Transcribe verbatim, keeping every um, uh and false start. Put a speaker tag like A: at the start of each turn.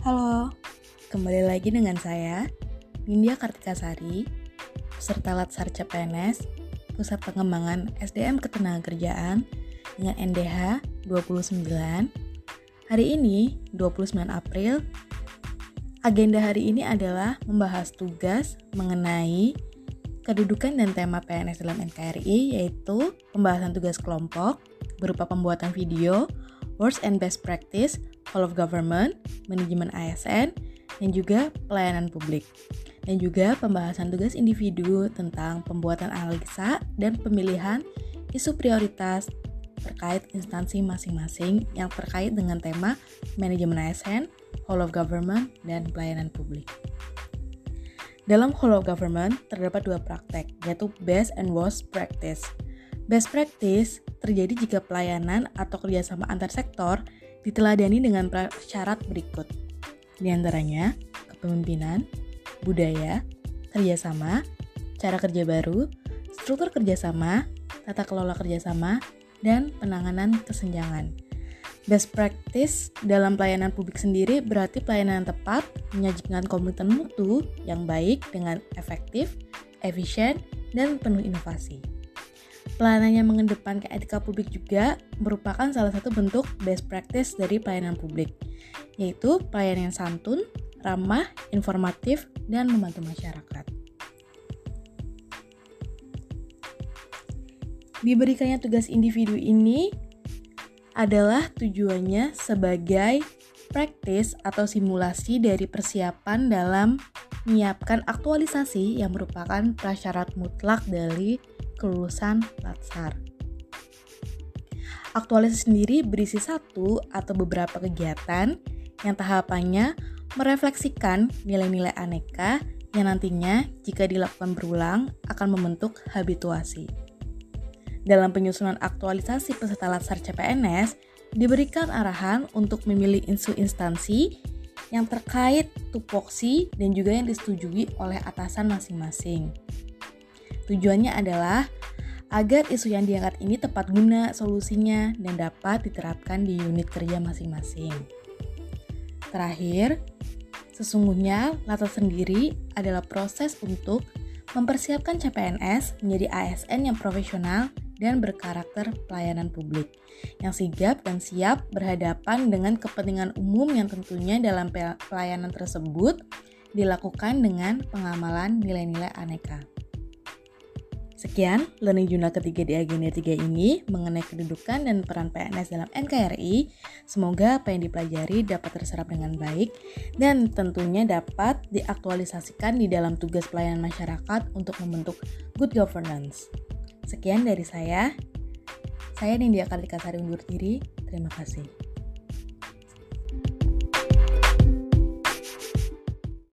A: Halo, kembali lagi dengan saya, Nindya Kartikasari, peserta Latsar C P N S, Pusat Pengembangan S D M Ketenagakerjaan dengan N D H dua puluh sembilan. Hari ini, dua puluh sembilan April, agenda hari ini adalah membahas tugas mengenai kedudukan dan tema P N S dalam N K R I, yaitu pembahasan tugas kelompok berupa pembuatan video, words and best practice, whole of government, manajemen A S N, dan juga pelayanan publik. Dan juga pembahasan tugas individu tentang pembuatan analisa dan pemilihan isu prioritas terkait instansi masing-masing yang terkait dengan tema manajemen A S N, whole of government, dan pelayanan publik. Dalam whole of government terdapat dua praktek, yaitu best and worst practice. Best practice terjadi jika pelayanan atau kerjasama antar sektor diteladani dengan syarat berikut. Di antaranya, kepemimpinan, budaya, kerjasama, cara kerja baru, struktur kerjasama, tata kelola kerjasama, dan penanganan kesenjangan. Best practice dalam pelayanan publik sendiri berarti pelayanan yang tepat, menyajikan komitmen mutu yang baik dengan efektif, efisien, dan penuh inovasi. Pelayanan yang mengedepankan etika publik juga merupakan salah satu bentuk best practice dari pelayanan publik, yaitu pelayanan yang santun, ramah, informatif, dan membantu masyarakat. Diberikannya tugas individu ini adalah tujuannya sebagai praktis atau simulasi dari persiapan dalam menyiapkan aktualisasi yang merupakan prasyarat mutlak dari kelulusan Latsar. Aktualisasi sendiri berisi satu atau beberapa kegiatan yang tahapannya merefleksikan nilai-nilai aneka yang nantinya jika dilakukan berulang akan membentuk habituasi. Dalam penyusunan aktualisasi peserta Latsar C P N S, diberikan arahan untuk memilih isu instansi yang terkait tupoksi dan juga yang disetujui oleh atasan masing-masing. Tujuannya adalah agar isu yang diangkat ini tepat guna solusinya dan dapat diterapkan di unit kerja masing-masing. Terakhir, sesungguhnya Latsar sendiri adalah proses untuk mempersiapkan C P N S menjadi A S N yang profesional dan berkarakter pelayanan publik, yang sigap dan siap berhadapan dengan kepentingan umum yang tentunya dalam pelayanan tersebut dilakukan dengan pengamalan nilai-nilai aneka. Sekian learning journal ketiga di agenda tiga ini mengenai kedudukan dan peran P N S dalam N K R I. Semoga apa yang dipelajari dapat terserap dengan baik dan tentunya dapat diaktualisasikan di dalam tugas pelayanan masyarakat untuk membentuk good governance. Sekian dari saya. Saya Nindya Kartikasari undur diri. Terima kasih.